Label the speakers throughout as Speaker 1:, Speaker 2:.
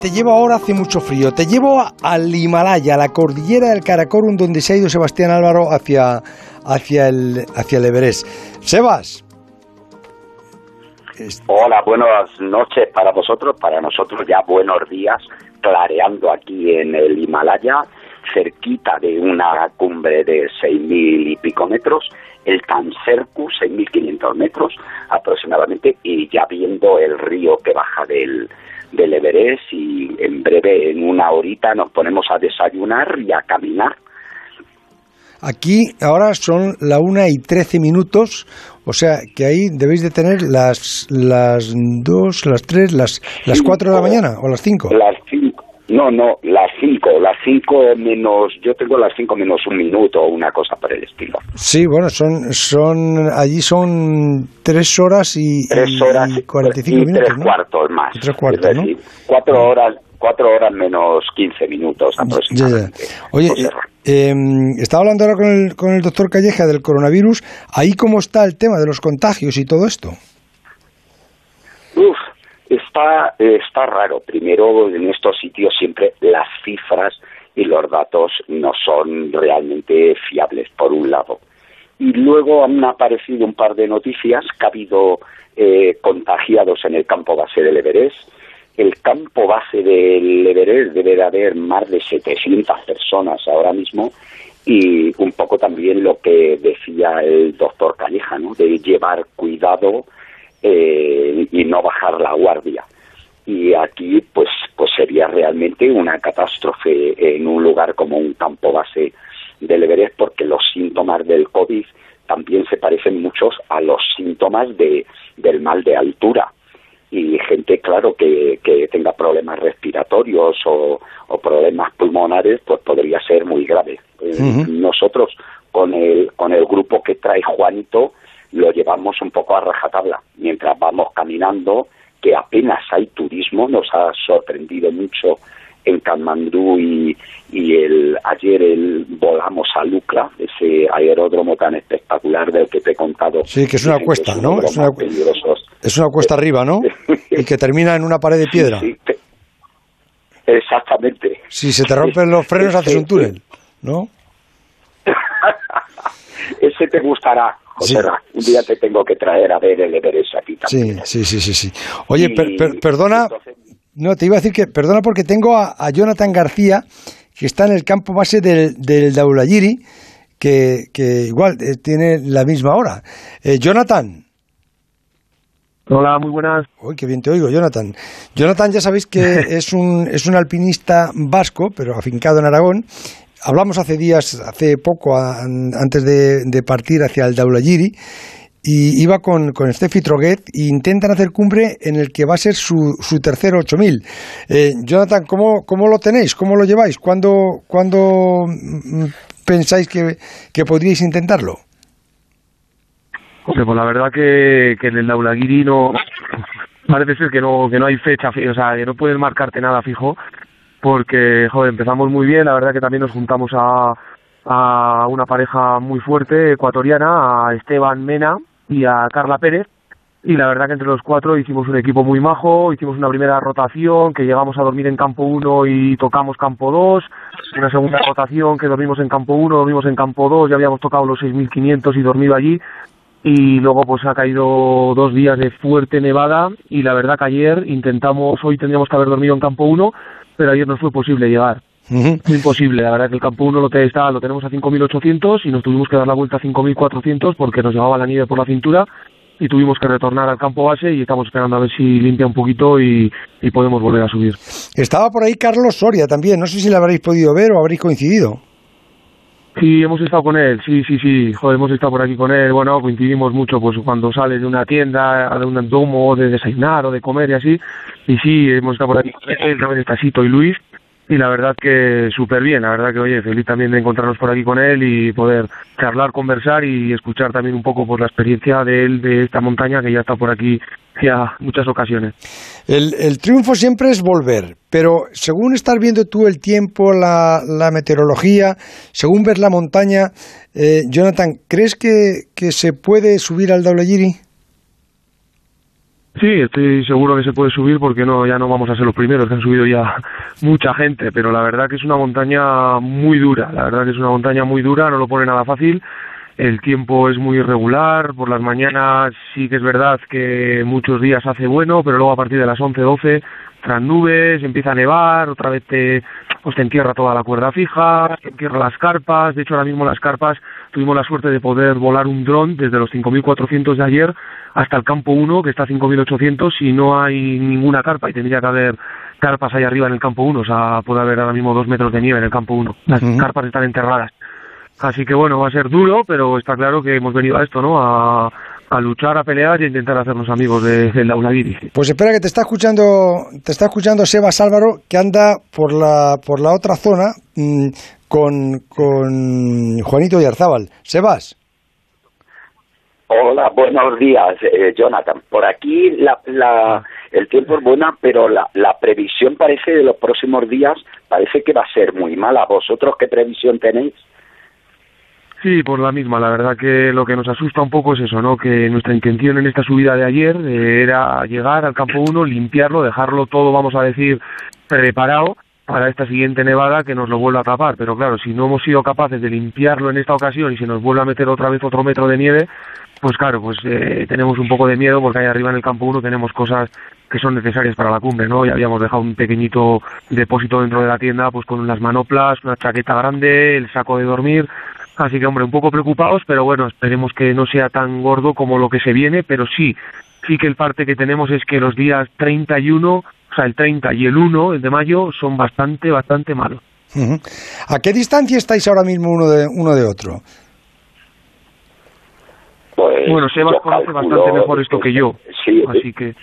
Speaker 1: Te llevo ahora, hace mucho frío, te llevo al Himalaya, a la cordillera del Karakorum, donde se ha ido Sebastián Álvaro hacia el Everest. Sebas.
Speaker 2: Hola, buenas noches para vosotros, para nosotros ya buenos días, clareando aquí en el Himalaya, cerquita de una cumbre de 6.000 y pico metros, el Tanserku, 6.500 metros aproximadamente, y ya viendo el río que baja del Everest, y en breve, en una horita, nos ponemos a desayunar y a caminar.
Speaker 1: Aquí ahora son la 1:13, o sea que ahí debéis de tener las 2, las 3, las 4 de la mañana, o las 5.
Speaker 2: Las 5. No, las 5 menos, yo tengo las 5 menos un minuto o una cosa por el estilo.
Speaker 1: Sí, bueno, allí son 3 horas y 45 minutos,
Speaker 2: 3 cuartos más.
Speaker 1: 3 cuartos,
Speaker 2: es decir,
Speaker 1: ¿no?
Speaker 2: 4 horas menos 15 minutos aproximadamente.
Speaker 1: Ya. Oye, estaba hablando ahora con el doctor Calleja del coronavirus. ¿Ahí cómo está el tema de los contagios y todo esto?
Speaker 2: Está raro. Primero, en estos sitios siempre las cifras y los datos no son realmente fiables, por un lado. Y luego han aparecido un par de noticias que ha habido contagiados en el campo base del Everest. El campo base del Everest debe de haber más de 700 personas ahora mismo, y un poco también lo que decía el doctor Calleja, ¿no?, de llevar cuidado y no bajar la guardia. Y aquí pues sería realmente una catástrofe en un lugar como un campo base del Everest, porque los síntomas del COVID también se parecen muchos a los síntomas del mal de altura. Y gente, claro, que tenga problemas respiratorios o problemas pulmonares, pues podría ser muy grave. Nosotros, con el grupo que trae Juanito, lo llevamos un poco a rajatabla. Mientras vamos caminando, que apenas hay turismo, nos ha sorprendido mucho en Katmandú, y ayer volamos a Lukla, ese aeródromo tan espectacular del que te he contado.
Speaker 1: Sí, que es una cuesta, ¿no? Es una cuesta arriba, ¿no? Y que termina en una pared de piedra.
Speaker 2: Sí, exactamente.
Speaker 1: Si se te rompen los frenos, haces un túnel, ¿no?
Speaker 2: Ese te gustará, José. Sí. Un día te tengo que traer a ver el Everest aquí también.
Speaker 1: Sí. Oye, perdona, no, te iba a decir que perdona, porque tengo a Jonathan García, que está en el campo base del Dhaulayiri, que igual tiene la misma hora. Jonathan.
Speaker 3: Hola, muy buenas.
Speaker 1: Uy, qué bien te oigo, Jonathan. Jonathan, ya sabéis que es un alpinista vasco, pero afincado en Aragón. Hablamos hace poco, antes de partir hacia el Dhaulayiri, y iba con Steffi Troguet, e intentan hacer cumbre en el que va a ser su tercer 8000. Jonathan, ¿cómo lo tenéis? ¿Cómo lo lleváis? ¿Cuándo pensáis que podríais intentarlo?
Speaker 3: Pues la verdad que en el Dhaulayiri no parece ser que no hay fecha, o sea, que no puedes marcarte nada fijo, porque empezamos muy bien. La verdad que también nos juntamos a una pareja muy fuerte ecuatoriana, a Esteban Mena y a Carla Pérez, y la verdad que entre los 4 hicimos un equipo muy majo. Hicimos una primera rotación que llegamos a dormir en campo 1 y tocamos campo 2, una segunda rotación que dormimos en campo 1, dormimos en campo 2, ya habíamos tocado los 6.500 y dormido allí. Y luego pues ha caído 2 días de fuerte nevada, y la verdad que hoy tendríamos que haber dormido en campo 1, pero ayer no fue posible llegar. Fue imposible. La verdad que el campo 1 lo tenemos a 5.800 y nos tuvimos que dar la vuelta a 5.400 porque nos llevaba la nieve por la cintura, y tuvimos que retornar al campo base, y estamos esperando a ver si limpia un poquito y podemos volver a subir.
Speaker 1: Estaba por ahí Carlos Soria también, no sé si le habréis podido ver o habréis coincidido.
Speaker 3: Sí, hemos estado con él, sí, hemos estado por aquí con él. Bueno, coincidimos mucho pues cuando sales de una tienda, de un domo, de desayunar o de comer y así, y sí, hemos estado por aquí con él, también está Sito y Luis, y la verdad que súper bien. La verdad que, oye, feliz también de encontrarnos por aquí con él y poder charlar, conversar y escuchar también un poco pues la experiencia de él, de esta montaña, que ya está por aquí ya muchas ocasiones.
Speaker 1: El triunfo siempre es volver, pero según estás viendo tú el tiempo, la meteorología, según ves la montaña, Jonathan, ¿crees que se puede subir al Dhaulayiri?
Speaker 3: Sí, estoy seguro que se puede subir porque ya no vamos a ser los primeros, que han subido ya mucha gente, pero la verdad que es una montaña muy dura, no lo pone nada fácil, el tiempo es muy irregular, por las mañanas sí que es verdad que muchos días hace bueno, pero luego a partir de las 11, 12, tras nubes, empieza a nevar, otra vez te entierra toda la cuerda fija, te entierra las carpas, de hecho ahora mismo las carpas tuvimos la suerte de poder volar un dron desde los 5.400 de ayer hasta el campo 1, que está a 5.800 y no hay ninguna carpa y tendría que haber carpas ahí arriba en el campo 1, o sea, puede haber ahora mismo 2 metros de nieve en el campo 1, las carpas están enterradas. Así que bueno, va a ser duro, pero está claro que hemos venido a esto, ¿no? A luchar, a pelear y a intentar hacernos amigos del Daulagiri.
Speaker 1: Pues espera, que te está escuchando Sebas Álvaro, que anda por la otra zona con Juanito Oyarzábal. Sebas.
Speaker 2: Hola, buenos días, Jonathan. Por aquí el tiempo es bueno, pero la previsión parece de los próximos días, parece que va a ser muy mala. ¿Vosotros qué previsión tenéis?
Speaker 3: Sí, pues la misma. La verdad que lo que nos asusta un poco es eso, ¿no? Que nuestra intención en esta subida de ayer era llegar al campo 1, limpiarlo, dejarlo todo, vamos a decir, preparado para esta siguiente nevada que nos lo vuelva a tapar. Pero claro, si no hemos sido capaces de limpiarlo en esta ocasión y se nos vuelve a meter otra vez otro metro de nieve, pues claro, tenemos un poco de miedo porque ahí arriba en el campo 1 tenemos cosas que son necesarias para la cumbre, ¿no? Ya habíamos dejado un pequeñito depósito dentro de la tienda, pues con unas manoplas, una chaqueta grande, el saco de dormir. Así que, hombre, un poco preocupados, pero bueno, esperemos que no sea tan gordo como lo que se viene, pero sí que el parte que tenemos es que los días 31, o sea, el 30 y el 1, el de mayo, son bastante malos.
Speaker 1: Uh-huh. ¿A qué distancia estáis ahora mismo uno de otro?
Speaker 2: Pues
Speaker 3: bueno, Sebas conoce bastante mejor esto que yo,
Speaker 2: sí,
Speaker 3: así que...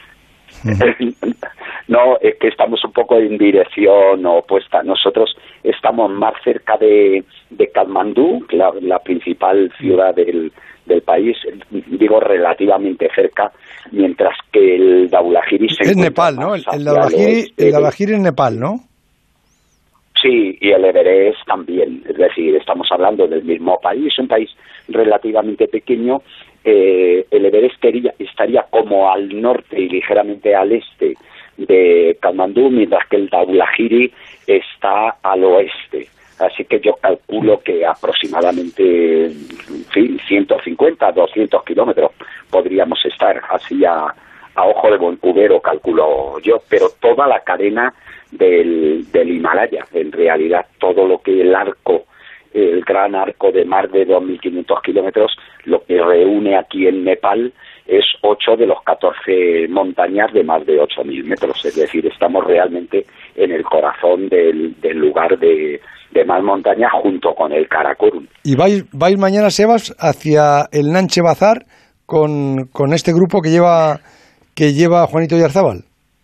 Speaker 2: No, es que estamos un poco en dirección opuesta. Nosotros estamos más cerca de Katmandú, la principal ciudad del país, digo relativamente cerca, mientras que el Daulagiri se encuentra
Speaker 1: Nepal, ¿no? El Daulagiri es Nepal, ¿no?
Speaker 2: Sí, y el Everest también. Es decir, estamos hablando del mismo país, un país relativamente pequeño. El Everest estaría como al norte y ligeramente al este de Katmandú, mientras que el Daulagiri está al oeste. Así que yo calculo que aproximadamente, en fin, 150, 200 kilómetros podríamos estar así a ojo de buen cubero, calculo yo, pero toda la cadena del Himalaya, en realidad todo lo que el gran arco de más de 2.500 kilómetros, lo que reúne aquí en Nepal es 8 de los 14 montañas de más de 8.000 metros, es decir, estamos realmente en el corazón del lugar de más montaña junto con el Karakorum.
Speaker 1: ¿Y vais mañana, Sebas, hacia el Nanche Bazar con este grupo que lleva Juanito Oyarzábal?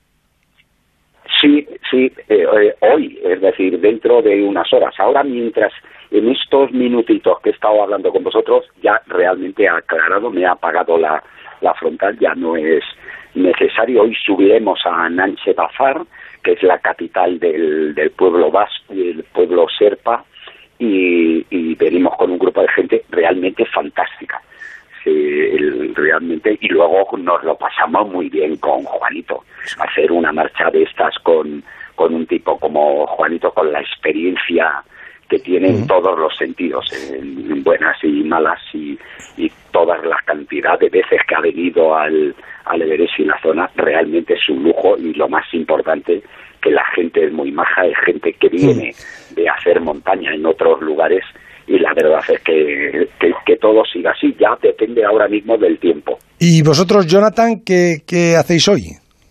Speaker 2: Sí, hoy, es decir, dentro de unas horas. Ahora, mientras en estos minutitos que he estado hablando con vosotros, ya realmente ha aclarado, me ha apagado la frontal, ya no es necesario. Hoy subiremos a Nanche Bazar, que es la capital del pueblo vasco, el pueblo serpa, y venimos con un grupo de gente realmente fantástica. Realmente, y luego nos lo pasamos muy bien con Juanito. Hacer una marcha de estas con un tipo como Juanito, con la experiencia que tiene en todos los sentidos, en buenas y malas, y toda la cantidad de veces que ha venido al Everest y la zona, realmente es un lujo. Y lo más importante, que la gente es muy maja, es gente que viene de hacer montaña en otros lugares, y la verdad es que todo siga así. Ya depende ahora mismo del tiempo.
Speaker 1: ¿Y vosotros, Jonathan, qué hacéis hoy?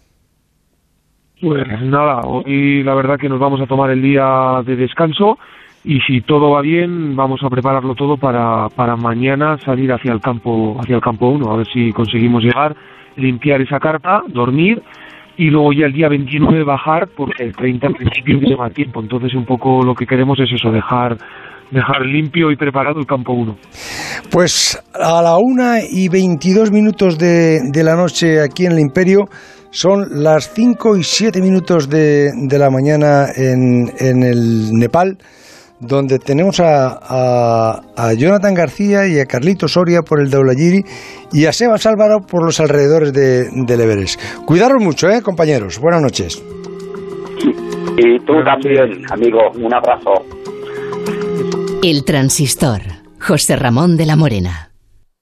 Speaker 3: Pues nada, hoy la verdad que nos vamos a tomar el día de descanso, y si todo va bien vamos a prepararlo todo para mañana salir hacia el campo 1, a ver si conseguimos llegar, limpiar esa carpa, dormir, y luego ya el día 29 bajar, porque el 30 al principio lleva tiempo. Entonces un poco lo que queremos es eso, dejar limpio y preparado el campo 1.
Speaker 1: Pues a la 1:22 de la noche aquí en el Imperio, son las 5:07 de la mañana en el Nepal, donde tenemos a Jonathan García y a Carlito Soria por el Dhaulagiri y a Sebas Álvaro por los alrededores del Everest. Cuidaros mucho, compañeros. Buenas noches.
Speaker 2: Y tú también, amigo. Un abrazo.
Speaker 4: El Transistor. José Ramón de la Morena.